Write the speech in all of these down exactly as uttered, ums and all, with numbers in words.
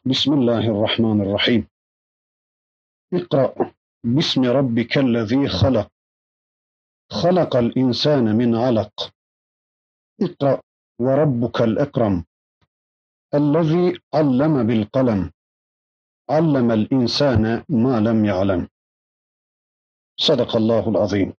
Bismillahirrahmanirrahim. İkra bismi rabbikellezî halak. Halakal insâne min alak. İkra ve rabbukel ekrem. Ellezî alleme bil kalem. Allemel insâne mâ lem ya'lem. Sadakallahul azîm.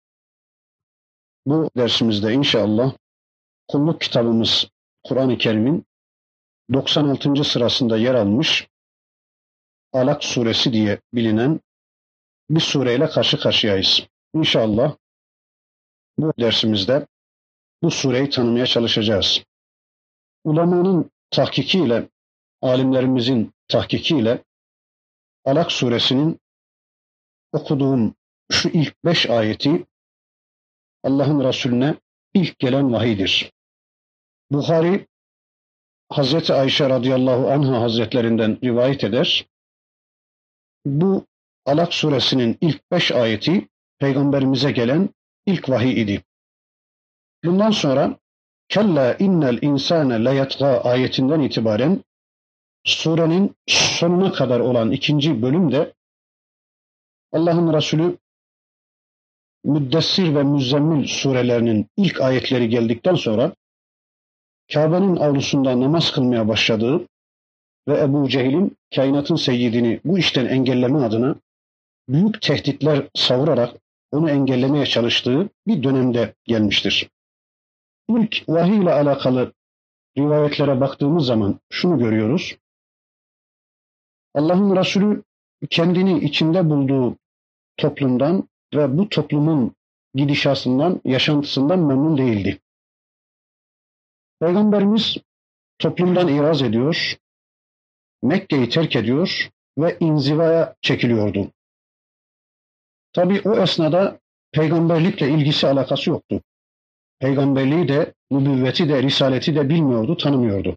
Bu dersimizde inşallah kulluk kitabımız Kur'an-ı Kerim'in doksan altıncı sırasında yer almış Alak suresi diye bilinen bir sureyle karşı karşıyayız. İnşallah bu dersimizde bu sureyi tanımaya çalışacağız. Ulemanın tahkikiyle, alimlerimizin tahkikiyle Alak suresinin okuduğum şu ilk beş ayeti Allah'ın Resulüne ilk gelen vahiydir. Buhari Hazreti Ayşe radıyallahu anha hazretlerinden rivayet eder. Bu Alak suresinin ilk beş ayeti Peygamberimize gelen ilk vahiy idi. Bundan sonra Kella innel insane leyatgâ ayetinden itibaren surenin sonuna kadar olan ikinci bölümde Allah'ın Resulü Müddessir ve Müzzemmil surelerinin ilk ayetleri geldikten sonra Kabe'nin avlusunda namaz kılmaya başladığı ve Ebu Cehil'in kainatın seyyidini bu işten engelleme adına büyük tehditler savurarak onu engellemeye çalıştığı bir dönemde gelmiştir. İlk vahiy ile alakalı rivayetlere baktığımız zaman şunu görüyoruz. Allah'ın Resulü kendini içinde bulduğu toplumdan ve bu toplumun gidişatından, yaşantısından memnun değildi. Peygamberimiz toplumdan iraz ediyor, Mekke'yi terk ediyor ve inzivaya çekiliyordu. Tabi o esnada peygamberlikle ilgisi alakası yoktu. Peygamberliği de, nübüvveti de, risaleti de bilmiyordu, tanımıyordu.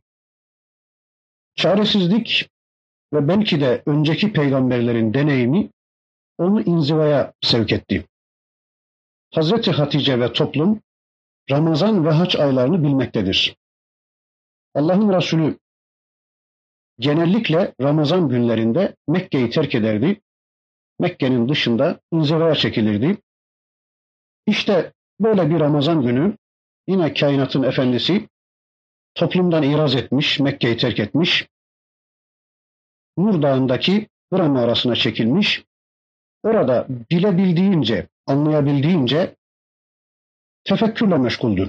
Çaresizlik ve belki de önceki peygamberlerin deneyimi onu inzivaya sevk etti. Hazreti Hatice ve toplum Ramazan ve hac aylarını bilmektedir. Allah'ın Resulü genellikle Ramazan günlerinde Mekke'yi terk ederdi. Mekke'nin dışında inzivaya çekilirdi. İşte böyle bir Ramazan günü yine kainatın efendisi toplumdan iraz etmiş, Mekke'yi terk etmiş. Nur Dağı'ndaki Hira mağarasına çekilmiş. Orada bilebildiğince, anlayabildiğince tefekkürle meşguldü.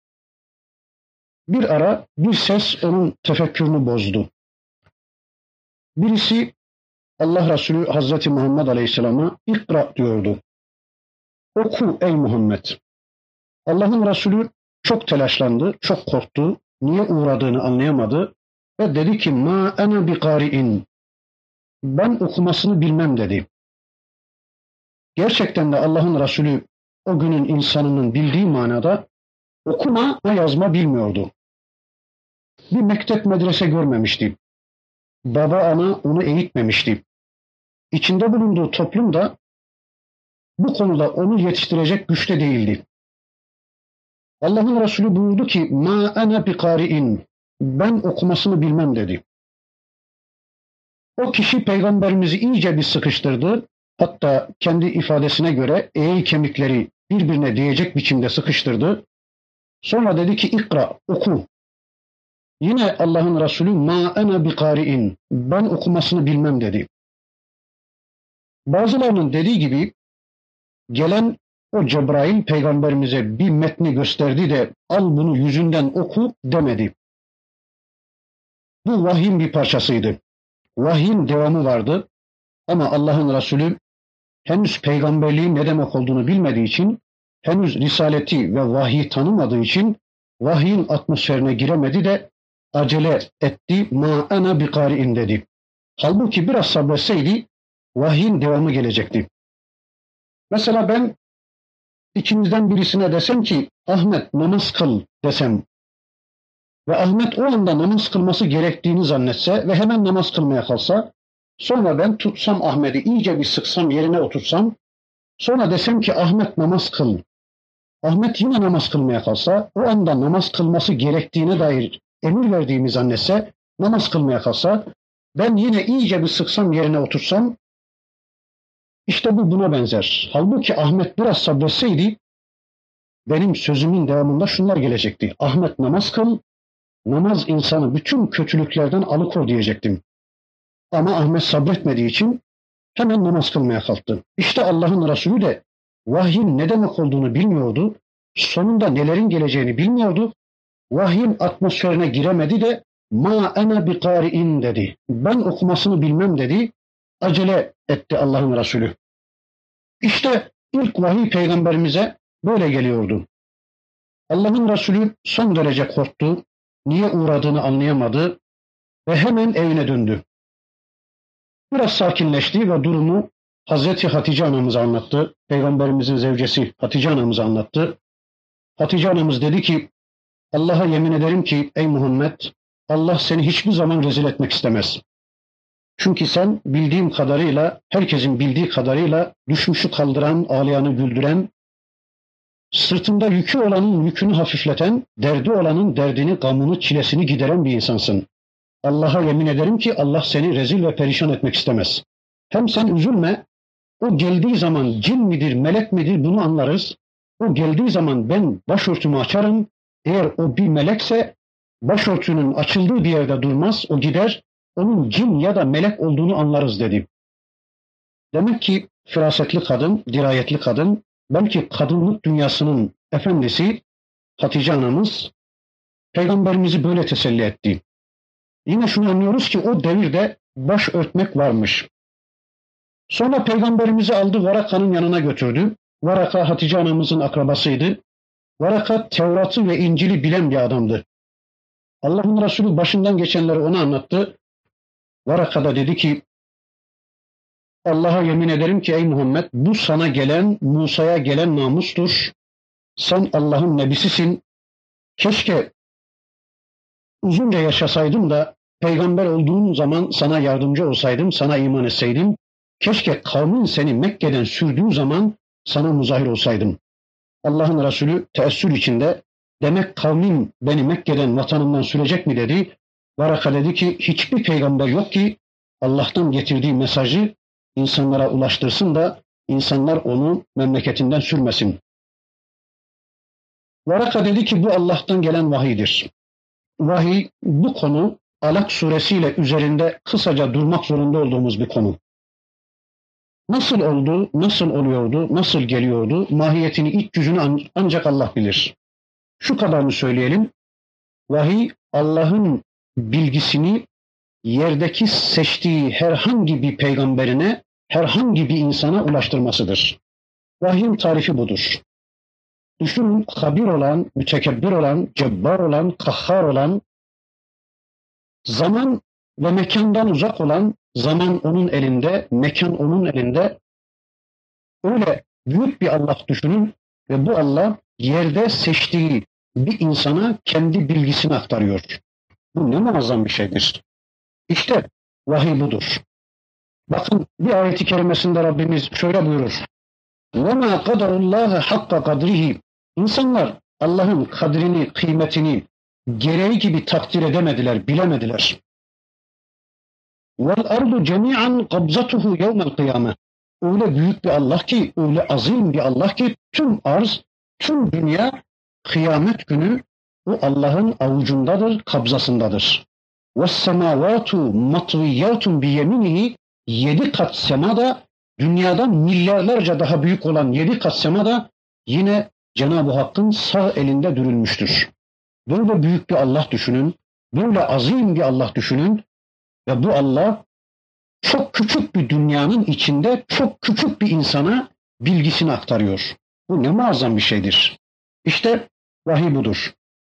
Bir ara bir ses onun tefekkürünü bozdu. Birisi Allah Resulü Hazreti Muhammed Aleyhisselam'a ikra diyordu. Oku ey Muhammed. Allah'ın Resulü çok telaşlandı, çok korktu. Niye uğradığını anlayamadı ve dedi ki ma ene bi qari'in. Ben okumasını bilmem dedi. Gerçekten de Allah'ın Resulü o günün insanının bildiği manada okuma ve yazma bilmiyordu. Bir mektep medrese görmemişti. Baba ana onu eğitmemişti. İçinde bulunduğu toplum da bu konuda onu yetiştirecek güçte değildi. Allah'ın Resulü buyurdu ki ma ene bi qari'in. Ben okumasını bilmem dedi. O kişi peygamberimizi iyice bir sıkıştırdı. Hatta kendi ifadesine göre eğil kemikleri birbirine değecek biçimde sıkıştırdı. Sonra dedi ki ikra, oku. Yine Allah'ın Resulü ma ene bi qari'in. Ben okumasını bilmem dedi. Bazılarının dediği gibi gelen o Cebrail peygamberimize bir metni gösterdi de al bunu yüzünden oku demedi. Bu vahyin bir parçasıydı. Vahyin devamı vardı ama Allah'ın Resulü henüz peygamberliğin ne demek olduğunu bilmediği için, henüz risaleti ve vahyi tanımadığı için vahyin atmosferine giremedi de acele etti. Ma ene bi qari'in dedi. Halbuki biraz sabretseydi vahyin devamı gelecekti. Mesela ben ikimizden birisine desem ki Ahmet namaz kıl desem ve Ahmet o anda namaz kılması gerektiğini zannetse ve hemen namaz kılmaya kalsa, sonra ben tutsam Ahmet'i iyice bir sıksam yerine otursam, sonra desem ki Ahmet namaz kıl. Ahmet yine namaz kılmaya kalsa, o anda namaz kılması gerektiğine dair emir verdiğimi zannetse, namaz kılmaya kalsa, Ben yine iyice bir sıksam yerine otursam işte bu buna benzer. Halbuki Ahmet biraz sabretseydi benim sözümün devamında şunlar gelecekti. Ahmet namaz kıl, namaz insanı bütün kötülüklerden alıkor diyecektim. Ama Ahmet sabretmediği için hemen namaz kılmaya kalktı. İşte Allah'ın Resulü de vahyin ne demek olduğunu bilmiyordu. Sonunda nelerin geleceğini bilmiyordu. Vahyin atmosferine giremedi de ma ene bi kari'in dedi. Ben okumasını bilmem dedi. Acele etti Allah'ın Resulü. İşte ilk vahiy peygamberimize böyle geliyordu. Allah'ın Resulü son derece korktu. Niye uğradığını anlayamadı ve hemen evine döndü. Biraz sakinleşti ve durumu Hazreti Hatice anamıza anlattı. Peygamberimizin zevcesi Hatice anamıza anlattı. Hatice anamız dedi ki Allah'a yemin ederim ki ey Muhammed Allah seni hiçbir zaman rezil etmek istemez. Çünkü sen bildiğim kadarıyla, herkesin bildiği kadarıyla düşmüşü kaldıran, ağlayanı güldüren, sırtında yükü olanın yükünü hafifleten, derdi olanın derdini, gamını, çilesini gideren bir insansın. Allah'a yemin ederim ki Allah seni rezil ve perişan etmek istemez. Hem sen üzülme, o geldiği zaman cin midir, melek midir bunu anlarız. O geldiği zaman ben başörtümü açarım. Eğer o bir melekse başörtünün açıldığı bir yerde durmaz, o gider. Onun cin ya da melek olduğunu anlarız dedi. Demek ki firasetli kadın, dirayetli kadın, belki kadınlık dünyasının efendisi Hatice anamız Peygamberimizi böyle teselli etti. Yine şunu anlıyoruz ki o devirde baş örtmek varmış. Sonra Peygamberimizi aldı Varaka'nın yanına götürdü. Varaka Hatice anamızın akrabasıydı. Varaka Tevrat'ı ve İncil'i bilen bir adamdı. Allah'ın Resulü başından geçenleri ona anlattı. Varaka da dedi ki Allah'a yemin ederim ki ey Muhammed bu sana gelen, Musa'ya gelen namustur. Sen Allah'ın nebisisin. Keşke uzunca yaşasaydım da peygamber olduğun zaman sana yardımcı olsaydım, sana iman etseydim. Keşke kavmin seni Mekke'den sürdüğü zaman sana muzahir olsaydım. Allah'ın Resulü teessür içinde demek kavmin beni Mekke'den, vatanımdan sürecek mi dedi. Varaka dedi ki hiçbir peygamber yok ki Allah'tan getirdiği mesajı insanlara ulaştırsın da insanlar onu memleketinden sürmesin. Varaka dedi ki bu Allah'tan gelen vahiydir. Vahiy bu konu Alak suresiyle üzerinde kısaca durmak zorunda olduğumuz bir konu. Nasıl oldu, nasıl oluyordu, nasıl geliyordu, mahiyetini, iç yüzünü ancak Allah bilir. Şu kadarını söyleyelim, vahiy Allah'ın bilgisini yerdeki seçtiği herhangi bir peygamberine, herhangi bir insana ulaştırmasıdır. Vahyin tarifi budur. Düşünün, habir olan, mütekebbir olan, cebbar olan, kahhar olan, zaman ve mekandan uzak olan, zaman onun elinde, mekan onun elinde. Öyle büyük bir Allah düşünün ve bu Allah yerde seçtiği bir insana kendi bilgisini aktarıyor. Bu ne muazzam bir şeydir. İşte vahiy budur. Bakın bir ayet-i kerimesinde Rabbimiz şöyle buyurur. وَمَا قَدَرُ اللّٰهَ حَقَّ قَدْرِهِ İnsanlar Allah'ın kadrini, kıymetini gereği gibi takdir edemediler, bilemediler. وَالْاَرْضُ جَمِيعًا قَبْزَتُهُ يَوْمَ الْقِيَامَةِ Öyle büyük bir Allah ki, öyle azim bir Allah ki tüm arz, tüm dünya kıyamet günü o Allah'ın avucundadır, kabzasındadır. وَالسَّمَاوَاتُ مَطْوِيَّاتٌ بِيَمِنِهِ Yedi kat sema da dünyadan milyarlarca daha büyük olan yedi kat sema da yine Cenab-ı Hakk'ın sağ elinde dürülmüştür. Böyle büyük bir Allah düşünün, böyle azim bir Allah düşünün ve bu Allah çok küçük bir dünyanın içinde çok küçük bir insana bilgisini aktarıyor. Bu ne muazzam bir şeydir. İşte vahiy budur.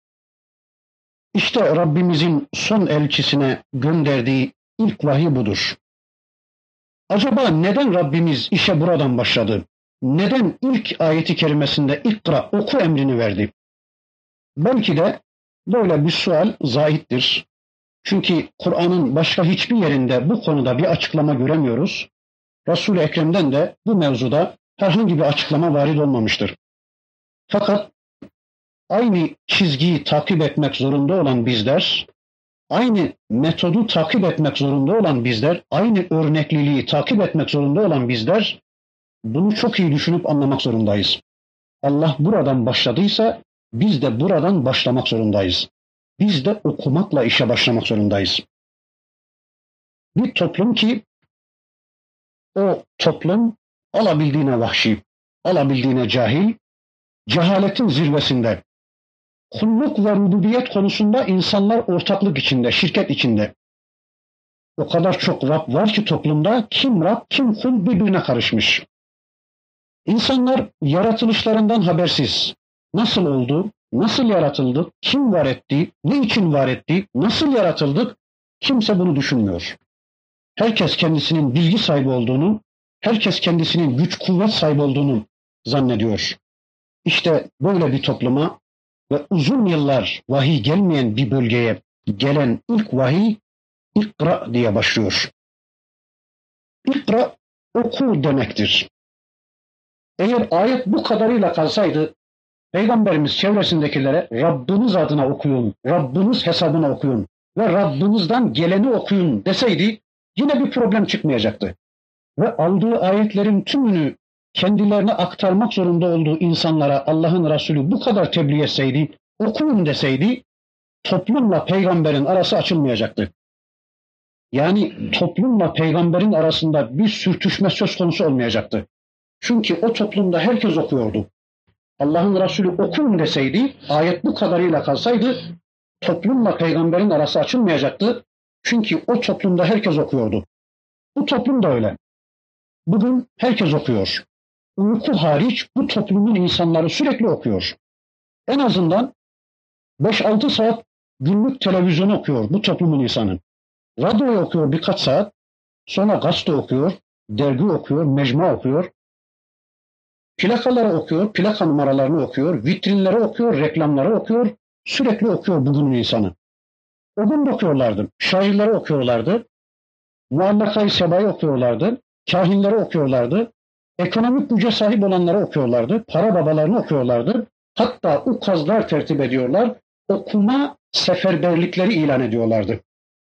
İşte Rabbimizin son elçisine gönderdiği ilk vahiy budur. Acaba neden Rabbimiz işe buradan başladı? Neden ilk ayeti kerimesinde ikra, oku emrini verdi? Belki de böyle bir sual zahittir. Çünkü Kur'an'ın başka hiçbir yerinde bu konuda bir açıklama göremiyoruz. Resul-i Ekrem'den de bu mevzuda herhangi bir açıklama varid olmamıştır. Fakat aynı çizgiyi takip etmek zorunda olan bizler, aynı metodu takip etmek zorunda olan bizler, aynı örnekliliği takip etmek zorunda olan bizler bunu çok iyi düşünüp anlamak zorundayız. Allah buradan başladıysa biz de buradan başlamak zorundayız. Biz de okumakla işe başlamak zorundayız. Bir toplum ki o toplum alabildiğine vahşi, alabildiğine cahil, cehaletin zirvesinde, kulluk ve rububiyet konusunda insanlar ortaklık içinde, şirket içinde. O kadar çok Rab var ki toplumda, kim Rab, kim kul birbirine karışmış. İnsanlar yaratılışlarından habersiz. Nasıl oldu, nasıl yaratıldık, kim var etti, ne için var etti, nasıl yaratıldık, kimse bunu düşünmüyor. Herkes kendisinin bilgi sahibi olduğunu, herkes kendisinin güç kuvvet sahibi olduğunu zannediyor. İşte böyle bir topluma ve uzun yıllar vahiy gelmeyen bir bölgeye gelen ilk vahiy İkra diye başlıyor. İkra oku demektir. Eğer ayet bu kadarıyla kalsaydı Peygamberimiz çevresindekilere Rabbiniz adına okuyun, Rabbiniz hesabına okuyun ve Rabbinizden geleni okuyun deseydi yine bir problem çıkmayacaktı. Ve aldığı ayetlerin tümünü kendilerine aktarmak zorunda olduğu insanlara Allah'ın Resulü bu kadar tebliğ etseydi, okuyun deseydi toplumla peygamberin arası açılmayacaktı. Yani toplumla peygamberin arasında bir sürtüşme söz konusu olmayacaktı. Çünkü o toplumda herkes okuyordu. Allah'ın Resulü okuyun deseydi, ayet bu kadarıyla kalsaydı toplumla peygamberin arası açılmayacaktı. Çünkü o toplumda herkes okuyordu. Bu toplum da öyle. Bugün herkes okuyor. Uyku hariç bu toplumun insanları sürekli okuyor. En azından beş altı saat günlük televizyon okuyor bu toplumun insanı. Radyo okuyor birkaç saat, sonra gazete okuyor, dergi okuyor, mecmua okuyor, plakaları okuyor, plaka numaralarını okuyor, vitrinleri okuyor, reklamları okuyor, sürekli okuyor bugünün insanı. O gün de okuyorlardı, şairleri okuyorlardı, muallakayı sebayı okuyorlardı, kahinleri okuyorlardı, ekonomik güce sahip olanları okuyorlardı, para babalarını okuyorlardı, hatta ukazlar tertip ediyorlar, okuma seferberlikleri ilan ediyorlardı.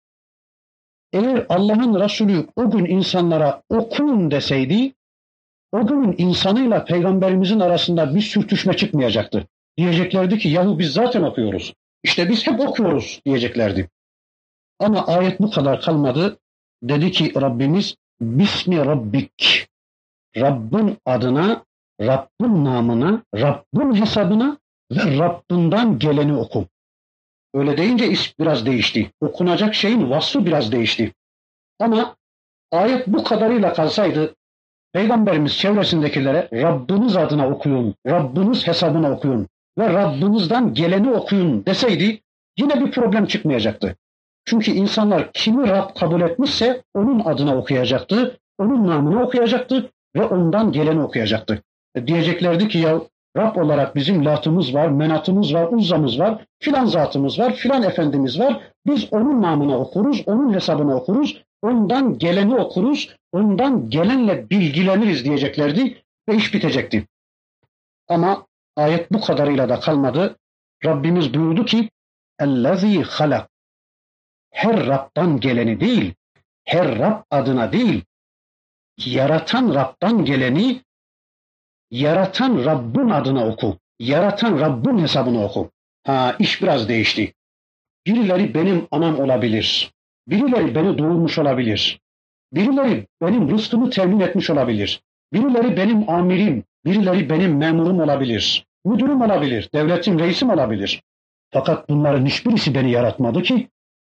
Eğer Allah'ın Resulü o gün insanlara okuyun deseydi, o günün insanıyla peygamberimizin arasında bir sürtüşme çıkmayacaktı. Diyeceklerdi ki yahu biz zaten okuyoruz. İşte biz hep okuyoruz diyeceklerdi. Ama ayet bu kadar kalmadı. Dedi ki Rabbimiz Bismi Rabbik. Rabbin adına, Rabbin namına, Rabbin hesabına ve Rabbinden geleni oku. Öyle deyince iş biraz değişti. Okunacak şeyin vasfı biraz değişti. Ama ayet bu kadarıyla kalsaydı Peygamberimiz çevresindekilere Rabbiniz adına okuyun, Rabbiniz hesabına okuyun ve Rabbinizden geleni okuyun deseydi yine bir problem çıkmayacaktı. Çünkü insanlar kimi Rab kabul etmişse onun adına okuyacaktı, onun namına okuyacaktı ve ondan geleni okuyacaktı. E diyeceklerdi ki ya Rab olarak bizim Lat'ımız var, Menat'ımız var, Uzza'mız var, filan zatımız var, filan efendimiz var. Biz onun namına okuruz, onun hesabına okuruz, ondan geleni okuruz, ondan gelenle bilgileniriz diyeceklerdi ve iş bitecekti. Ama ayet bu kadarıyla da kalmadı. Rabbimiz buyurdu ki اَلَّذ۪ي خَلَقْ Her Rab'dan geleni değil, her Rab adına değil, yaratan Rab'dan geleni, yaratan Rabbin adına oku. Yaratan Rabbin hesabına oku. Ha iş biraz değişti. Birileri benim anam olabilir. Birileri beni doğurmuş olabilir. Birileri benim rızkımı temin etmiş olabilir. Birileri benim amirim, birileri benim memurum olabilir. Müdürüm olabilir, devletin reisim olabilir. Fakat bunların hiçbirisi beni yaratmadı ki.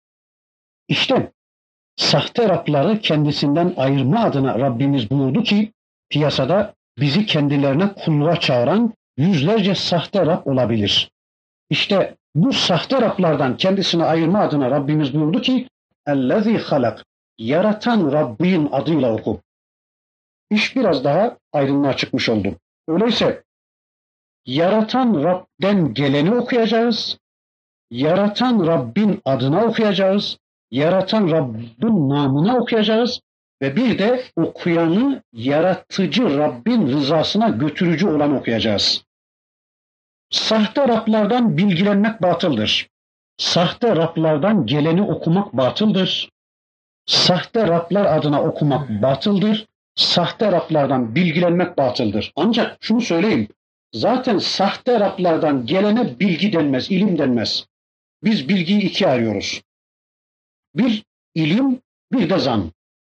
İşte sahte Rabları kendisinden ayırma adına Rabbimiz buyurdu ki piyasada bizi kendilerine kulluğa çağıran yüzlerce sahte Rab olabilir. İşte bu sahte Rablardan kendisini ayırma adına Rabbimiz buyurdu ki اَلَّذ۪ي خَلَقْ Yaratan Rabbin adıyla oku. İş biraz daha aydınlığa çıkmış oldu. Öyleyse yaratan Rab'den geleni okuyacağız. Yaratan Rabbin adına okuyacağız. Yaratan Rabbin namına okuyacağız. Ve bir de okuyanı yaratıcı Rabbin rızasına götürücü olan okuyacağız. Sahte Rablardan bilgilenmek batıldır. Sahte Rablardan geleni okumak batıldır. Sahte Rablar adına okumak batıldır. Sahte Rablardan bilgilenmek batıldır. Ancak şunu söyleyeyim. Zaten sahte Rablardan gelene bilgi denmez, ilim denmez. Biz bilgiyi ikiye arıyoruz. Bir ilim, bir de zan.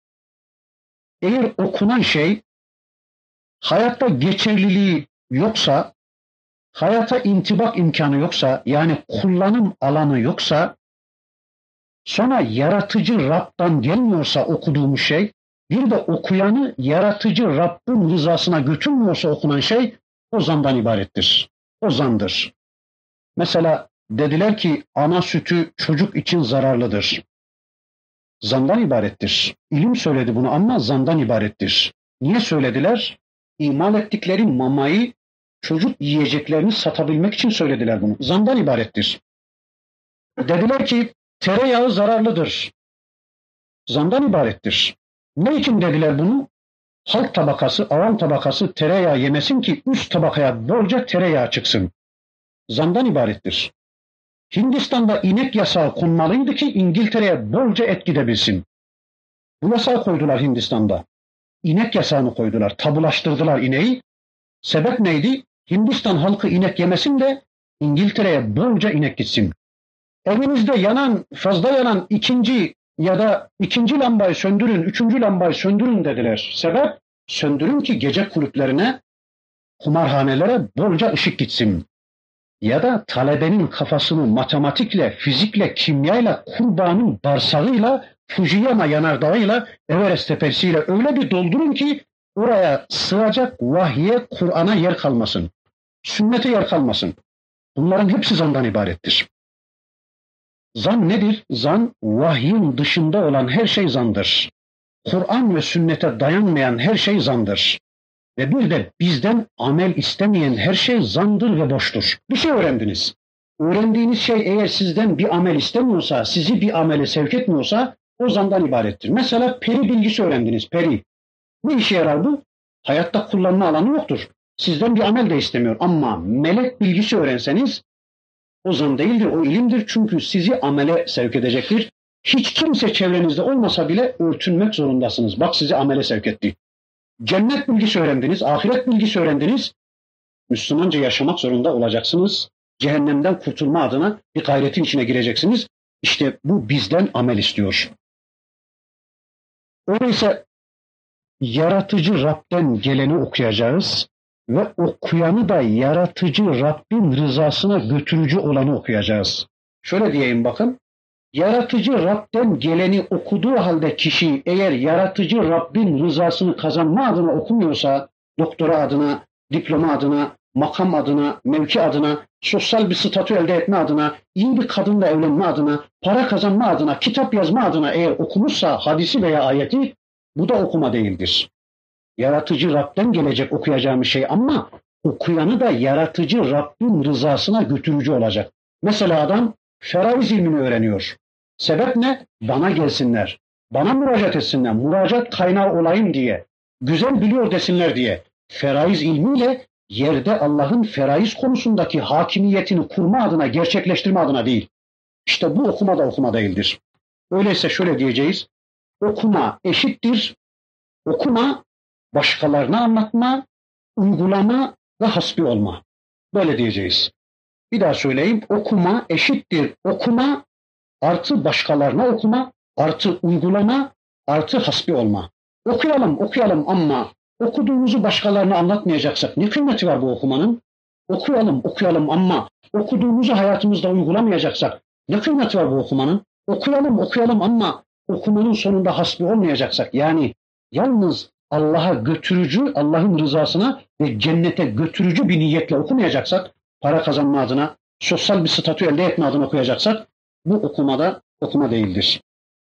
Eğer okunan şey hayatta geçerliliği yoksa, hayata intibak imkanı yoksa, yani kullanım alanı yoksa, sonra yaratıcı Rab'dan gelmiyorsa okuduğumuz şey, bir de okuyanı yaratıcı Rabb'in rızasına götürmüyorsa okunan şey, o zandan ibarettir. O zandır. Mesela dediler ki ana sütü çocuk için zararlıdır. Zandan ibarettir. İlim söyledi bunu ama zandan ibarettir. Niye söylediler? İmal ettikleri mamayı çocuk yiyeceklerini satabilmek için söylediler bunu. Zandan ibarettir. Dediler ki tereyağı zararlıdır. Zandan ibarettir. Ne için dediler bunu? Halk tabakası, avam tabakası tereyağı yemesin ki üst tabakaya bolca tereyağı çıksın. Zandan ibarettir. Hindistan'da inek yasağı konmalıydı ki İngiltere'ye bolca et gidebilsin. Bu yasağı koydular Hindistan'da. İnek yasağını koydular, tabulaştırdılar ineği. Sebep neydi? Hindistan halkı inek yemesin de İngiltere'ye bolca inek gitsin. Evinizde yanan, fazla yanan ikinci ya da ikinci lambayı söndürün, üçüncü lambayı söndürün dediler. Sebep? Söndürün ki gece kulüplerine, kumarhanelere bolca ışık gitsin. Ya da talebenin kafasını matematikle, fizikle, kimyayla, kurbanın bağırsağıyla, Fujiyama yanardağıyla, Everest tepesiyle öyle bir doldurun ki oraya sığacak vahye, Kur'an'a yer kalmasın. Sünnete yer kalmasın. Bunların hepsi zandan ibarettir. Zan nedir? Zan, vahyin dışında olan her şey zandır. Kur'an ve sünnete dayanmayan her şey zandır. Ve bir de bizden amel istemeyen her şey zandır ve boştur. Bir şey öğrendiniz. Öğrendiğiniz şey eğer sizden bir amel istemiyorsa, sizi bir amele sevk etmiyorsa o zandan ibarettir. Mesela peri bilgisi öğrendiniz, peri. Ne işe yarar bu? Hayatta kullanma alanı yoktur. Sizden bir amel de istemiyor ama melek bilgisi öğrenseniz o zan değildir, o ilimdir. Çünkü sizi amele sevk edecektir. Hiç kimse çevrenizde olmasa bile örtünmek zorundasınız. Bak sizi amele sevk etti. Cennet bilgisi öğrendiniz, ahiret bilgisi öğrendiniz. Müslümanca yaşamak zorunda olacaksınız. Cehennemden kurtulma adına bir gayretin içine gireceksiniz. İşte bu bizden amel istiyor. Öyleyse yaratıcı Rab'den geleni okuyacağız ve okuyanı da yaratıcı Rabbin rızasına götürücü olanı okuyacağız. Şöyle diyeyim bakın. Yaratıcı Rab'den geleni okuduğu halde kişi eğer yaratıcı Rabbin rızasını kazanma adına okumuyorsa, doktora adına, diploma adına, makam adına, mevki adına, sosyal bir statü elde etme adına, iyi bir kadınla evlenme adına, para kazanma adına, kitap yazma adına eğer okumuşsa hadisi veya ayeti, bu da okuma değildir. Yaratıcı Rab'den gelecek okuyacağımız şey ama okuyanı da yaratıcı Rabbin rızasına götürücü olacak. Mesela adam feraiz ilmini öğreniyor. Sebep ne? Bana gelsinler. Bana müracaat etsinler. Müracaat kaynağı olayım diye. Güzel biliyor desinler diye. Feraiz ilmiyle yerde Allah'ın feraiz konusundaki hakimiyetini kurma adına, gerçekleştirme adına değil. İşte bu okuma da okuma değildir. Öyleyse şöyle diyeceğiz. Okuma eşittir. Okuma başkalarına anlatma, uygulama ve hasbi olma. Böyle diyeceğiz. Bir daha söyleyeyim. Okuma eşittir. Okuma artı başkalarına okuma, artı uygulama, artı hasbi olma. Okuyalım, okuyalım ama okuduğumuzu başkalarına anlatmayacaksak ne kıymeti var bu okumanın? Okuyalım, okuyalım ama okuduğumuzu hayatımızda uygulamayacaksak ne kıymeti var bu okumanın? Okuyalım, okuyalım ama okumanın sonunda hasbi olmayacaksak, yani yalnız Allah'a götürücü, Allah'ın rızasına ve cennete götürücü bir niyetle okumayacaksak, para kazanma adına, sosyal bir statü elde etme adına okuyacaksak, bu okumada okuma değildir.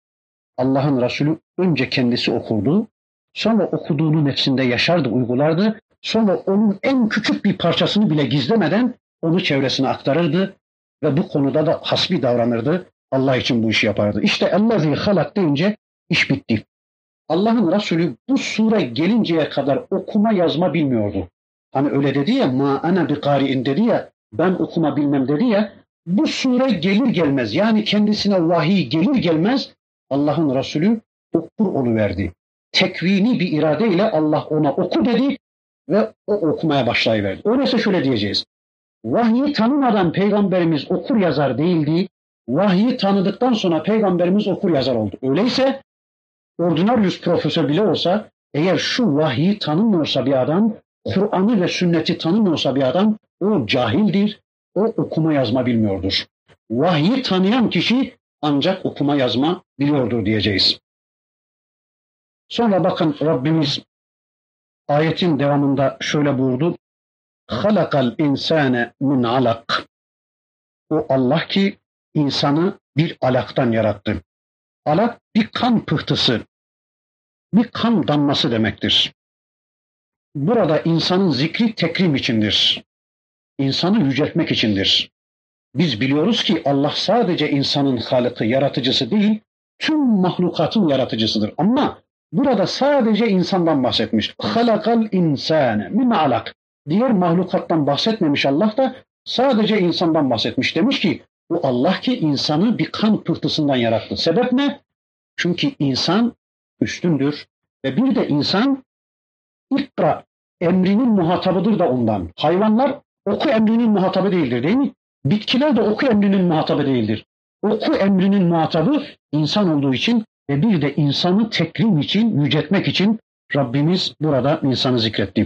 Allah'ın Resulü önce kendisi okurdu, sonra okuduğunu nefsinde yaşardı, uygulardı, sonra onun en küçük bir parçasını bile gizlemeden onu çevresine aktarırdı ve bu konuda da hasbi davranırdı. Allah için bu işi yapardı. İşte ellezî halak deyince iş bitti. Allah'ın Resulü bu sure gelinceye kadar okuma yazma bilmiyordu. Hani öyle dedi ya, ma ana bi kari'in dedi ya, ben okuma bilmem dedi ya, Bu sure gelir gelmez, yani kendisine vahiy gelir gelmez Allah'ın Resulü okur oluverdi. Tekvini bir iradeyle Allah ona oku dedi ve o okumaya başlayıverdi. Öyleyse şöyle diyeceğiz. Vahyi tanımadan Peygamberimiz okur yazar değildi. Vahyi tanıdıktan sonra Peygamberimiz okur yazar oldu. Öyleyse ordinaryus profesör bile olsa, eğer şu vahyi tanımıyorsa bir adam, Kur'an'ı ve sünneti tanımıyorsa bir adam, o cahildir, o okuma yazma bilmiyordur. Vahyi tanıyan kişi ancak okuma yazma biliyordur diyeceğiz. Sonra bakın Rabbimiz ayetin devamında şöyle buyurdu. Halakal insane min alak. O Allah ki insanı bir alaktan yarattı. Alak bir kan pıhtısı, bir kan damlası demektir. Burada insanın zikri tekrim içindir. İnsanı yüceltmek içindir. Biz biliyoruz ki Allah sadece insanın halıkı, yaratıcısı değil, tüm mahlukatın yaratıcısıdır. Ama burada sadece insandan bahsetmiş. Halakal insane min alak. Diğer mahlukattan bahsetmemiş Allah da sadece insandan bahsetmiş. Demiş ki bu Allah ki insanı bir kan pıhtısından yarattı. Sebep ne? Çünkü insan üstündür ve bir de insan ikra emrinin muhatabıdır da ondan. Hayvanlar oku emrinin muhatabı değildir değil mi? Bitkiler de oku emrinin muhatabı değildir. Oku emrinin muhatabı insan olduğu için ve bir de insanı tekrim için, yüceltmek için Rabbimiz burada insanı zikretti.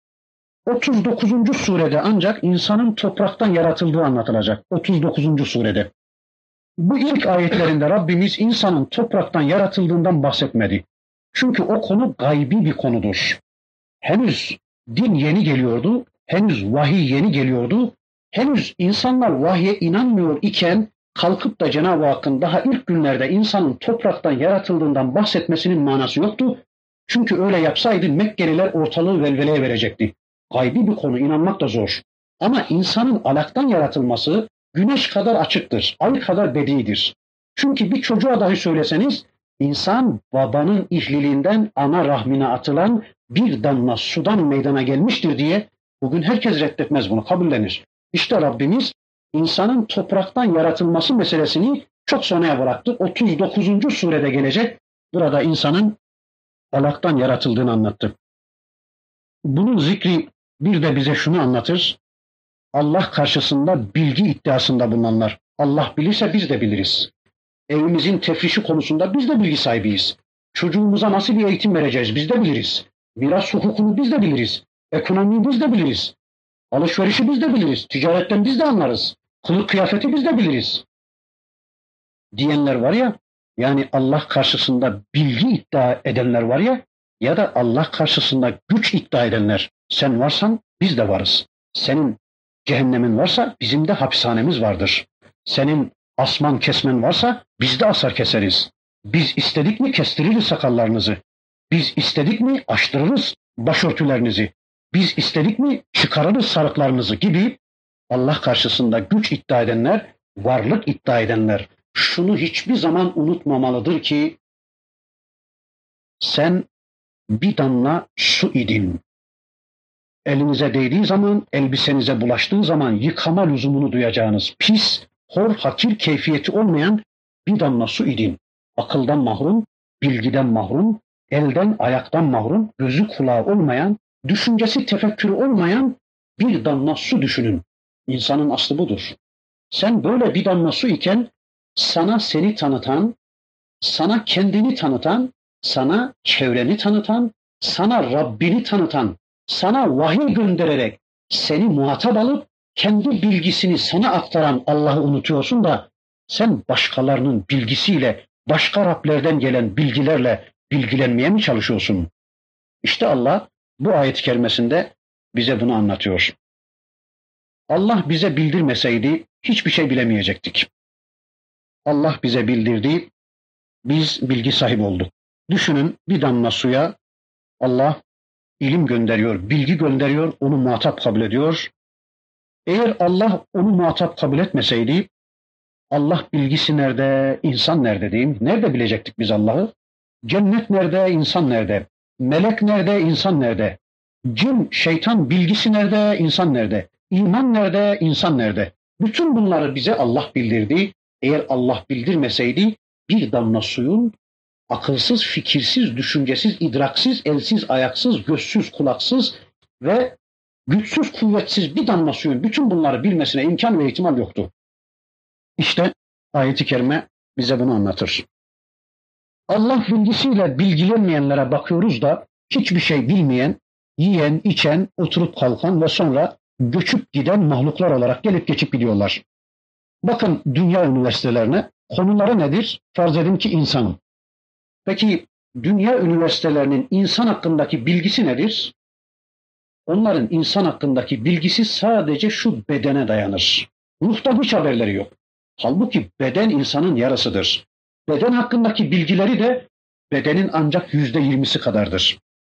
otuz dokuzuncu surede ancak insanın topraktan yaratıldığı anlatılacak. otuz dokuzuncu surede. Bu ilk ayetlerinde Rabbimiz insanın topraktan yaratıldığından bahsetmedi. Çünkü o konu gaybi bir konudur. Henüz din yeni geliyordu, henüz vahiy yeni geliyordu, henüz insanlar vahye inanmıyor iken kalkıp da Cenab-ı Hakk'ın daha ilk günlerde insanın topraktan yaratıldığından bahsetmesinin manası yoktu. Çünkü öyle yapsaydı Mekkeliler ortalığı velveleye verecekti. Gaybi bir konu, inanmak da zor. Ama insanın alaktan yaratılması güneş kadar açıktır, ay kadar bedidir. Çünkü bir çocuğa dahi söyleseniz, insan babanın ihliliğinden ana rahmine atılan bir damla sudan meydana gelmiştir diye bugün herkes reddetmez, bunu kabullenir. İşte Rabbimiz insanın topraktan yaratılması meselesini çok sonraya bıraktı. otuz dokuzuncu surede gelecek, burada insanın alaktan yaratıldığını anlattı. Bunun zikri bir de bize şunu anlatır. Allah karşısında bilgi iddiasında bulunanlar. Allah bilirse biz de biliriz. Evimizin tefrişi konusunda biz de bilgi sahibiyiz. Çocuğumuza nasıl bir eğitim vereceğiz biz de biliriz. Miras hukukunu biz de biliriz. Ekonomiyi biz de biliriz. Alışverişi biz de biliriz. Ticaretten biz de anlarız. Kılık kıyafeti biz de biliriz. Diyenler var ya, yani Allah karşısında bilgi iddia edenler var ya, ya da Allah karşısında güç iddia edenler. Sen varsan biz de varız. Senin cehennemin varsa bizim de hapishanemiz vardır. Senin asman kesmen varsa biz de asar keseriz. Biz istedik mi kestiririz sakallarınızı. Biz istedik mi açtırırız başörtülerinizi. Biz istedik mi çıkarırız sarıklarınızı gibi Allah karşısında güç iddia edenler, varlık iddia edenler şunu hiçbir zaman unutmamalıdır ki sen bir damla su idin. Elinize değdiği zaman, elbisenize bulaştığı zaman yıkama lüzumunu duyacağınız pis, hor, hakir keyfiyeti olmayan bir damla su idin. Akıldan mahrum, bilgiden mahrum, elden ayaktan mahrum, gözü kulağı olmayan, düşüncesi tefekkürü olmayan bir damla su düşünün. İnsanın aslı budur. Sen böyle bir damla su iken sana seni tanıtan, sana kendini tanıtan, sana çevreni tanıtan, sana Rabbini tanıtan, sana vahiy göndererek seni muhatap alıp kendi bilgisini sana aktaran Allah'ı unutuyorsun da sen başkalarının bilgisiyle, başka Rablerden gelen bilgilerle bilgilenmeye mi çalışıyorsun? İşte Allah bu ayet-i kerimesinde bize bunu anlatıyor. Allah bize bildirmeseydi hiçbir şey bilemeyecektik. Allah bize bildirdi, biz bilgi sahibi olduk. Düşünün, bir damla suya Allah ilim gönderiyor, bilgi gönderiyor, onu muhatap kabul ediyor. Eğer Allah onu muhatap kabul etmeseydi, Allah bilgisi nerede, insan nerede diyeyim? Nerede bilecektik biz Allah'ı? Cennet nerede, insan nerede? Melek nerede, insan nerede? Cin, şeytan bilgisi nerede, insan nerede? İman nerede, insan nerede? Bütün bunları bize Allah bildirdi. Eğer Allah bildirmeseydi bir damla suyun akılsız, fikirsiz, düşüncesiz, idraksiz, elsiz, ayaksız, gözsüz, kulaksız ve güçsüz, kuvvetsiz bir damla suyun bütün bunları bilmesine imkan ve ihtimal yoktu. İşte ayet-i kerime bize bunu anlatır. Allah bilgisiyle bilgilenmeyenlere bakıyoruz da hiçbir şey bilmeyen, yiyen, içen, oturup kalkan ve sonra göçüp giden mahluklar olarak gelip geçip gidiyorlar. Bakın dünya üniversitelerine, konuları nedir? Farz edin ki insanım. Peki dünya üniversitelerinin insan hakkındaki bilgisi nedir? Onların insan hakkındaki bilgisi sadece şu bedene dayanır. Ruhtan hiç haberleri yok. Halbuki beden insanın yarısıdır. Beden hakkındaki bilgileri de bedenin ancak yüzde yirmisi kadardır.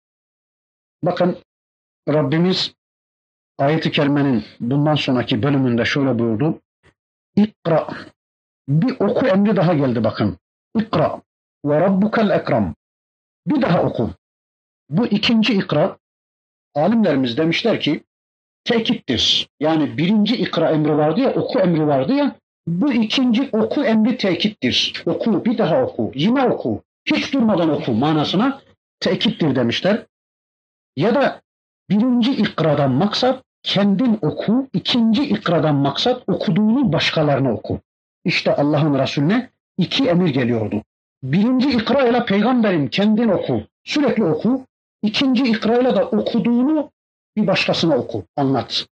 Bakın Rabbimiz ayet-i kerimenin bundan sonraki bölümünde şöyle buyurdu. İkra. Bir oku emri daha geldi bakın. İkra ve rabbukel ekram. Bir daha oku. Bu ikinci ikra, alimlerimiz demişler ki tekittir. Yani birinci ikra emri vardı ya, oku emri vardı ya, bu ikinci oku emri tekittir. Oku, bir daha oku, yine oku, hiç durmadan oku manasına tekittir demişler. Ya da birinci ikradan maksat kendin oku, ikinci ikradan maksat okuduğunu başkalarına oku. İşte Allah'ın Resulüne iki emir geliyordu. Birinci ikra ile peygamberim kendin oku, sürekli oku. İkinci ikra ile de okuduğunu bir başkasına oku, anlat.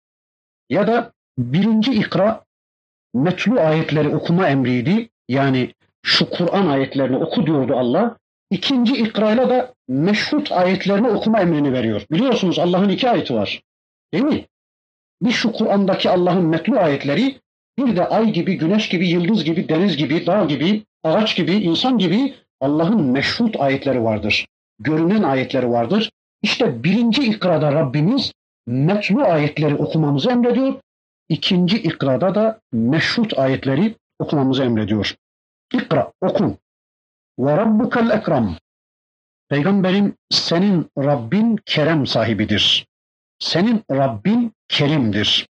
Ya da birinci ikra metlu ayetleri okuma emriydi. Yani şu Kur'an ayetlerini oku diyordu Allah. İkinci ikrayla da meşhut ayetlerini okuma emrini veriyor. Biliyorsunuz Allah'ın iki ayeti var. Değil mi? Bir şu Kur'an'daki Allah'ın metlu ayetleri, bir de ay gibi, güneş gibi, yıldız gibi, deniz gibi, dağ gibi, ağaç gibi, insan gibi Allah'ın meşhut ayetleri vardır. Görünen ayetleri vardır. İşte birinci ikrada Rabbimiz metlu ayetleri okumamızı emrediyor. İkinci ikrada da meşhut ayetleri okumamızı emrediyor. İkra, oku. Ve rabbukel ekram. Peygamberim senin Rabbin kerem sahibidir. Senin Rabbin kerimdir.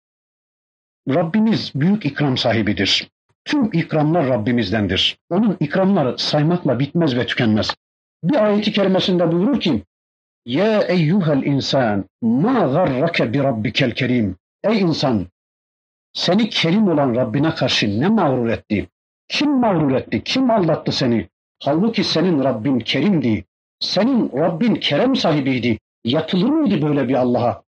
Rabbimiz büyük ikram sahibidir. Tüm ikramlar Rabbimizdendir. Onun ikramları saymakla bitmez ve tükenmez. Bir ayeti kerimesinde buyurur ki Ya eyyuhel insan ma garrake bi rabbikel kerim. Ey insan, seni kerim olan Rabbine karşı ne mağrur etti? Kim mağrur etti? Kim aldattı seni? Halbuki senin Rabbin kerimdi. Senin Rabbin kerem sahibiydi. Yapılır mıydı böyle bir Allah'a?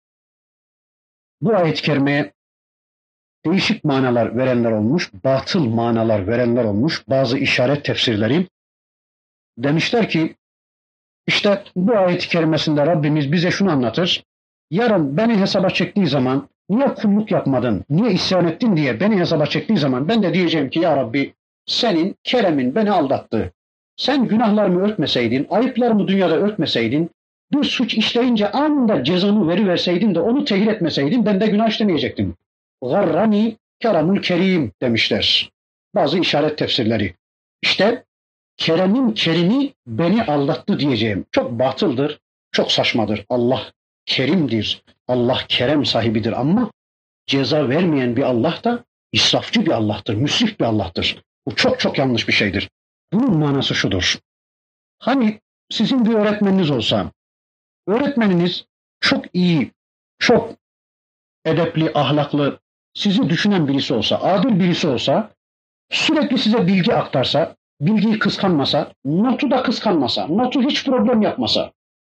Bu ayet-i kerimeye değişik manalar verenler olmuş, batıl manalar verenler olmuş, bazı işaret tefsirleri. Demişler ki, işte bu ayet-i kerimesinde Rabbimiz bize şunu anlatır. Yarın beni hesaba çektiği zaman, niye kulluk yapmadın, niye isyan ettin diye beni hesaba çektiği zaman ben de diyeceğim ki ya Rabbi senin keremin beni aldattı. Sen günahlarımı örtmeseydin, ayıplarımı dünyada örtmeseydin, bir suç işleyince anında cezanı veriverseydin de onu tehir etmeseydin ben de günah işlemeyecektim. Garrani keramul kerim demişler. Bazı işaret tefsirleri. İşte keremin kerimi beni aldattı diyeceğim. Çok batıldır, çok saçmadır. Allah kerimdir, Allah kerem sahibidir ama ceza vermeyen bir Allah da israfçı bir Allah'tır, müsrif bir Allah'tır. Bu çok çok yanlış bir şeydir. Bunun manası şudur. Hani sizin bir öğretmeniniz olsa, öğretmeniniz çok iyi, çok edepli, ahlaklı, sizi düşünen birisi olsa, adil birisi olsa, sürekli size bilgi aktarsa, bilgiyi kıskanmasa, notu da kıskanmasa, notu hiç problem yapmasa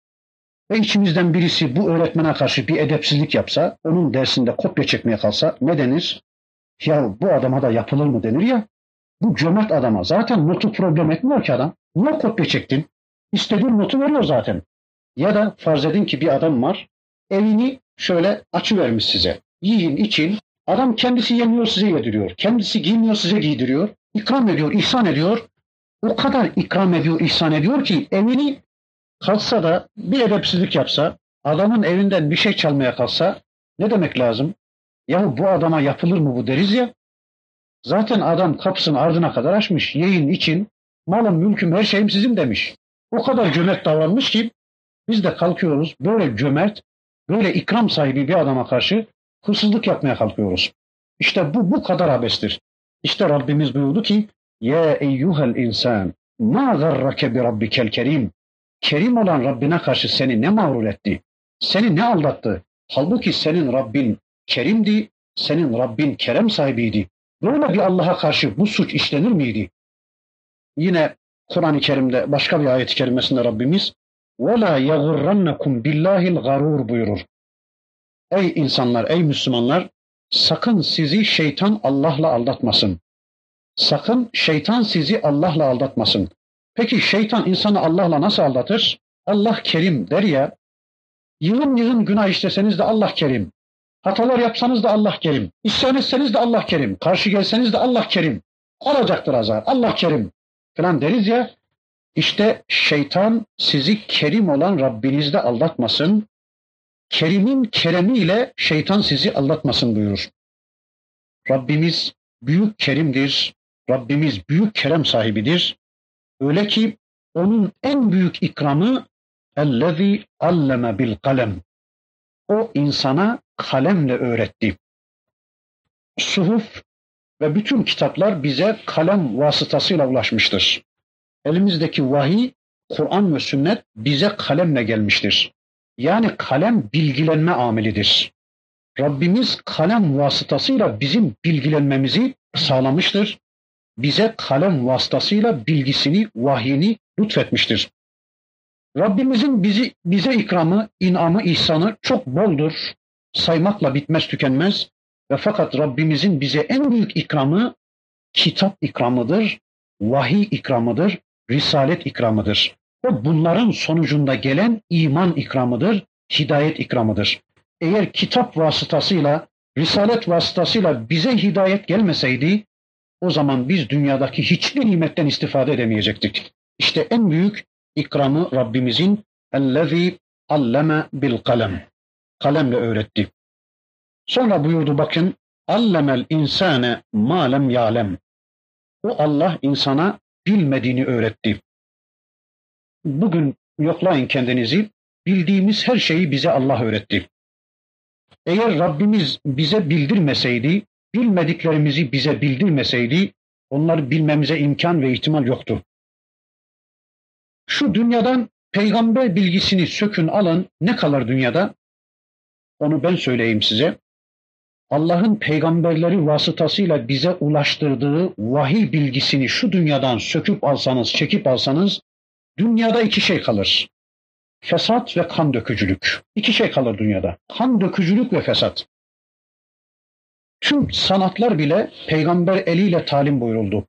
ve içimizden birisi bu öğretmene karşı bir edepsizlik yapsa, onun dersinde kopya çekmeye kalsa ne denir? Ya bu adama da yapılır mı denir ya? Bu cömert adama zaten notu problem etmiyor ki adam. Niye kopya çektin? İstediğin notu veriyor zaten. Ya da farz edin ki bir adam var, evini şöyle açıvermiş size. Yiyin, için. Adam kendisi yemiyor, size yediriyor. Kendisi giymiyor, size giydiriyor. İkram ediyor, ihsan ediyor. O kadar ikram ediyor, ihsan ediyor ki evini kalksa da bir edepsizlik yapsa, adamın evinden bir şey çalmaya kalksa ne demek lazım? Yahu bu adama yapılır mı bu deriz ya? Zaten adam kapısını ardına kadar açmış. Yiyin, için. Malım, mülküm, her şeyim sizin demiş. O kadar cömert davranmış ki biz de kalkıyoruz böyle cömert, böyle ikram sahibi bir adama karşı hırsızlık yapmaya kalkıyoruz. İşte bu bu kadar abestir. İşte Rabbimiz buyurdu ki ya eyyuhel insan ma garrake bi rabbikel kerim. Kerim olan Rabbine karşı seni ne mağrur etti? Seni ne aldattı? Halbuki senin Rabbin kerimdi, senin Rabbin kerem sahibiydi. Böyle bir Allah'a karşı bu suç işlenir miydi? Yine Kur'an-ı Kerim'de başka bir ayet-i kerimesinde Rabbimiz وَلَا يَغُرَّنَّكُمْ بِاللّٰهِ الْغَرُورُ buyurur. Ey insanlar, ey Müslümanlar, sakın sizi şeytan Allah'la aldatmasın. Sakın şeytan sizi Allah'la aldatmasın. Peki şeytan insanı Allah'la nasıl aldatır? Allah kerim der ya, yığın yığın günah işleseniz de Allah kerim. Hatalar yapsanız da Allah kerim. İsyan etseniz de Allah kerim. Karşı gelseniz de Allah kerim. Olacaktır azar. Allah kerim falan deriz ya. İşte şeytan sizi kerim olan Rabbinizde aldatmasın. Kerim'in keremiyle şeytan sizi aldatmasın buyurur. Rabbimiz büyük kerimdir. Rabbimiz büyük kerem sahibidir. Öyle ki onun en büyük ikramı ellezî alleme bil kalem. O insana kalemle öğretti. Suhuf ve bütün kitaplar bize kalem vasıtasıyla ulaşmıştır. Elimizdeki vahiy, Kur'an ve sünnet bize kalemle gelmiştir. Yani kalem bilgilenme amelidir. Rabbimiz kalem vasıtasıyla bizim bilgilenmemizi sağlamıştır. Bize kalem vasıtasıyla bilgisini, vahyini lütfetmiştir. Rabbimizin bizi, bize ikramı, inamı, ihsanı çok boldur. Saymakla bitmez, tükenmez. Ve fakat Rabbimizin bize en büyük ikramı kitap ikramıdır, vahiy ikramıdır, risalet ikramıdır. O bunların sonucunda gelen iman ikramıdır, hidayet ikramıdır. Eğer kitap vasıtasıyla, risalet vasıtasıyla bize hidayet gelmeseydi, o zaman biz dünyadaki hiçbir nimetten istifade edemeyecektik. İşte en büyük ikramı Rabbimizin ellezî alleme bil kalem. Kalemle öğretti. Sonra buyurdu bakın, allemel insane ma lem ya'lem. O Allah insana bilmediğini öğretti. Bugün yoklayın kendinizi, bildiğimiz her şeyi bize Allah öğretti. Eğer Rabbimiz bize bildirmeseydi, bilmediklerimizi bize bildirmeseydi, onları bilmemize imkan ve ihtimal yoktu. Şu dünyadan peygamber bilgisini sökün alın, ne kalır dünyada? Onu ben söyleyeyim size. Allah'ın peygamberleri vasıtasıyla bize ulaştırdığı vahiy bilgisini şu dünyadan söküp alsanız, çekip alsanız, dünyada iki şey kalır. Fesat ve kan dökücülük. İki şey kalır dünyada. Kan dökücülük ve fesat. Tüm sanatlar bile peygamber eliyle talim buyuruldu.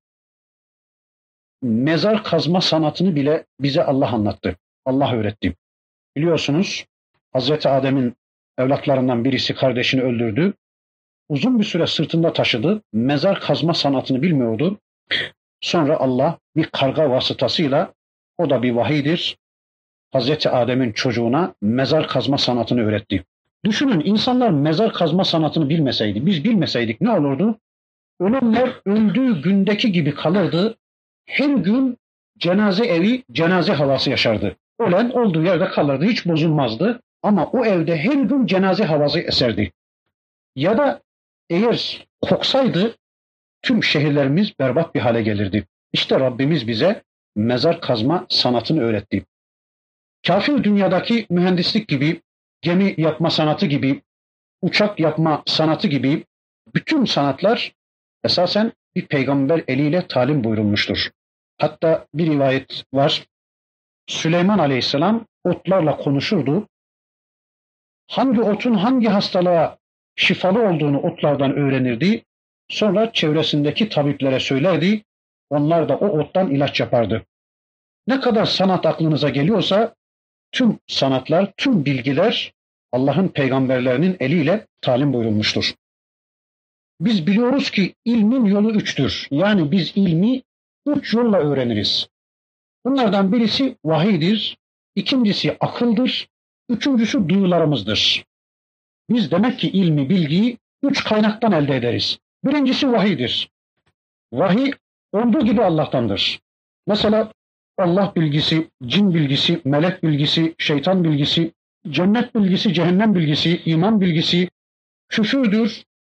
Mezar kazma sanatını bile bize Allah anlattı. Allah öğretti. Biliyorsunuz Hazreti Adem'in evlatlarından birisi kardeşini öldürdü. Uzun bir süre sırtında taşıdı. Mezar kazma sanatını bilmiyordu. Sonra Allah bir karga vasıtasıyla, o da bir vahiydir, Hazreti Adem'in çocuğuna mezar kazma sanatını öğretti. Düşünün, insanlar mezar kazma sanatını bilmeseydi, biz bilmeseydik ne olurdu? Ölenler öldüğü gündeki gibi kalırdı. Her gün cenaze evi, cenaze havası yaşardı. Ölen olduğu yerde kalırdı, hiç bozulmazdı. Ama o evde her gün cenaze havası eserdi. Ya da eğer koksaydı tüm şehirlerimiz berbat bir hale gelirdi. İşte Rabbimiz bize mezar kazma sanatını öğretti. Kafir dünyadaki mühendislik gibi, gemi yapma sanatı gibi, uçak yapma sanatı gibi bütün sanatlar esasen bir peygamber eliyle talim buyurulmuştur. Hatta bir rivayet var. Süleyman Aleyhisselam otlarla konuşurdu. Hangi otun hangi hastalığa şifalı olduğunu otlardan öğrenirdi. Sonra çevresindeki tabiplere söylerdi. Onlar da o ottan ilaç yapardı. Ne kadar sanat aklınıza geliyorsa tüm sanatlar, tüm bilgiler Allah'ın peygamberlerinin eliyle talim buyurulmuştur. Biz biliyoruz ki ilmin yolu üçtür. Yani biz ilmi üç yolla öğreniriz. Bunlardan birisi vahiydir, ikincisi akıldır, üçüncüsü duyularımızdır. Biz demek ki ilmi, bilgiyi üç kaynaktan elde ederiz. Birincisi vahiydir. Vahiy olduğu gibi Allah'tandır. Mesela Allah bilgisi, cin bilgisi, melek bilgisi, şeytan bilgisi, cennet bilgisi, cehennem bilgisi, iman bilgisi, küfürdür,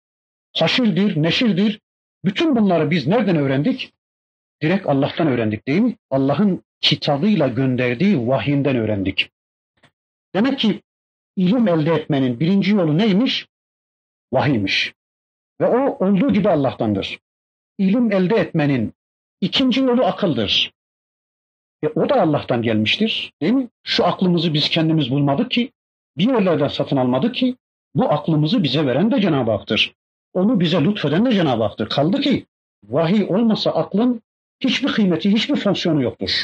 haşirdir, neşirdir. Bütün bunları biz nereden öğrendik? Direkt Allah'tan öğrendik değil mi? Allah'ın kitabıyla gönderdiği vahyinden öğrendik. Demek ki ilim elde etmenin birinci yolu neymiş? Vahiymiş. Ve o olduğu gibi Allah'tandır. İlim elde etmenin ikinci yolu akıldır. E o da Allah'tan gelmiştir, değil mi? Şu aklımızı biz kendimiz bulmadık ki, bir yerlerden satın almadık ki, bu aklımızı bize veren de Cenab-ı Hak'tır. Onu bize lütfeden de Cenab-ı Hak'tır. Kaldı ki vahiy olmasa aklın hiçbir kıymeti, hiçbir fonksiyonu yoktur.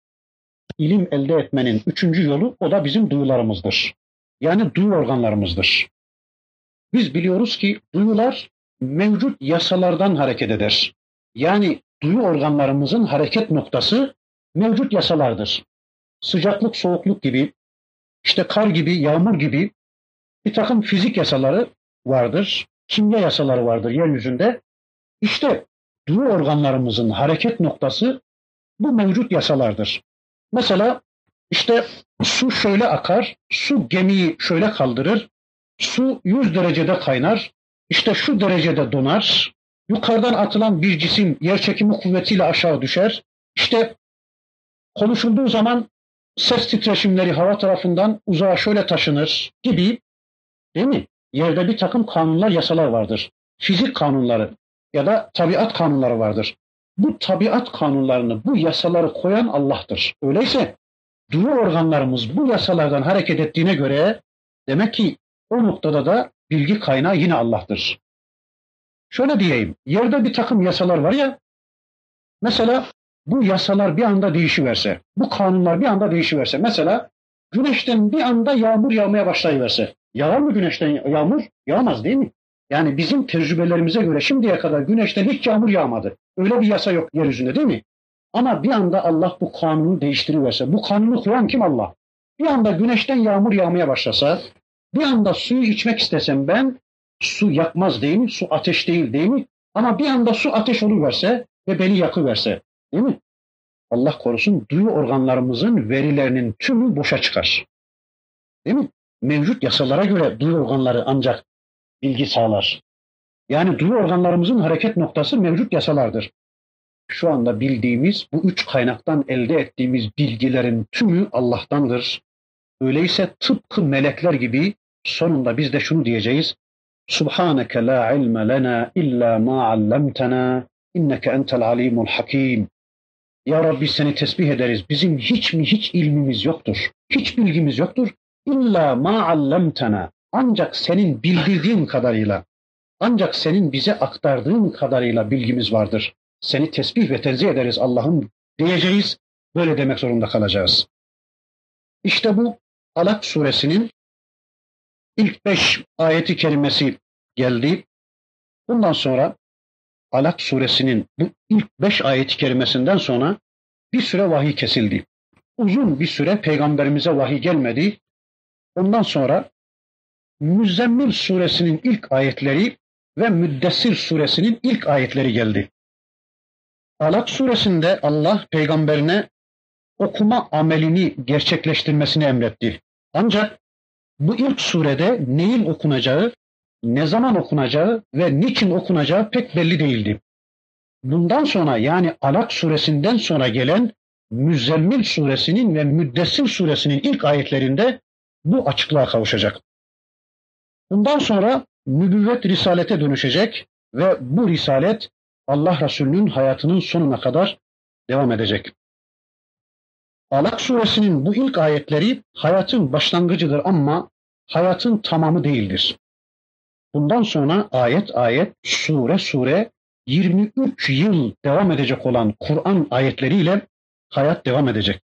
İlim elde etmenin üçüncü yolu o da bizim duyularımızdır. Yani duyu organlarımızdır. Biz biliyoruz ki duyular mevcut yasalardan hareket eder. Yani duyu organlarımızın hareket noktası mevcut yasalardır. Sıcaklık, soğukluk gibi, işte kar gibi, yağmur gibi bir takım fizik yasaları vardır. Kimya yasaları vardır yeryüzünde. İşte duyu organlarımızın hareket noktası bu mevcut yasalardır. Mesela işte su şöyle akar, su gemiyi şöyle kaldırır, su yüz derecede kaynar, işte şu derecede donar, yukarıdan atılan bir cisim yerçekimi kuvvetiyle aşağı düşer, işte konuşulduğu zaman ses titreşimleri hava tarafından uzağa şöyle taşınır gibi, değil mi? Yerde bir takım kanunlar, yasalar vardır. Fizik kanunları ya da tabiat kanunları vardır. Bu tabiat kanunlarını, bu yasaları koyan Allah'tır. Öyleyse duyu organlarımız bu yasalardan hareket ettiğine göre demek ki o noktada da bilgi kaynağı yine Allah'tır. Şöyle diyeyim, yerde bir takım yasalar var ya, mesela bu yasalar bir anda değişiverse, bu kanunlar bir anda değişiverse, mesela güneşten bir anda yağmur yağmaya başlayıverse, yağar mı güneşten yağmur? Yağmaz değil mi? Yani bizim tecrübelerimize göre şimdiye kadar güneşten hiç yağmur yağmadı. Öyle bir yasa yok yeryüzünde değil mi? Ama bir anda Allah bu kanunu değiştiriverse, bu kanunu koyan kim? Allah. Bir anda güneşten yağmur yağmaya başlasa, bir anda suyu içmek istesem ben, su yakmaz değil mi? Su ateş değil değil mi? Ama bir anda su ateş oluverse ve beni yakıverse, değil mi? Allah korusun, duyu organlarımızın verilerinin tümü boşa çıkar. Değil mi? Mevcut yasalara göre duyu organları ancak bilgi sağlar. Yani duyu organlarımızın hareket noktası mevcut yasalardır. Şu anda bildiğimiz bu üç kaynaktan elde ettiğimiz bilgilerin tümü Allah'tandır. Öyleyse tıpkı melekler gibi sonunda biz de şunu diyeceğiz. Subhaneke la ilme lena illa ma allamtana inneke entel alimul hakim. Ya Rabbi seni tesbih ederiz. Bizim hiç mi hiç ilmimiz yoktur. Hiç bilgimiz yoktur. İlla ma allamtana. Ancak senin bildirdiğin kadarıyla, ancak senin bize aktardığın kadarıyla bilgimiz vardır. Seni tesbih ve tenzih ederiz Allah'ım diyeceğiz. Böyle demek zorunda kalacağız. İşte bu Alak suresinin ilk beş ayeti kerimesi geldi. Bundan sonra Alak suresinin bu ilk beş ayeti kerimesinden sonra bir süre vahiy kesildi. Uzun bir süre peygamberimize vahiy gelmedi. Ondan sonra Müzzemmil suresinin ilk ayetleri ve Müddessir suresinin ilk ayetleri geldi. Alak suresinde Allah peygamberine okuma amelini gerçekleştirmesini emretti. Ancak bu ilk surede neyin okunacağı, ne zaman okunacağı ve niçin okunacağı pek belli değildi. Bundan sonra yani Alak suresinden sonra gelen Müzzemmil suresinin ve Müddessir suresinin ilk ayetlerinde bu açıklığa kavuşacak. Bundan sonra nübüvvet risalete dönüşecek ve bu risalet Allah Resulü'nün hayatının sonuna kadar devam edecek. Alak suresinin bu ilk ayetleri hayatın başlangıcıdır ama hayatın tamamı değildir. Bundan sonra ayet ayet, sure sure yirmi üç yıl devam edecek olan Kur'an ayetleriyle hayat devam edecek.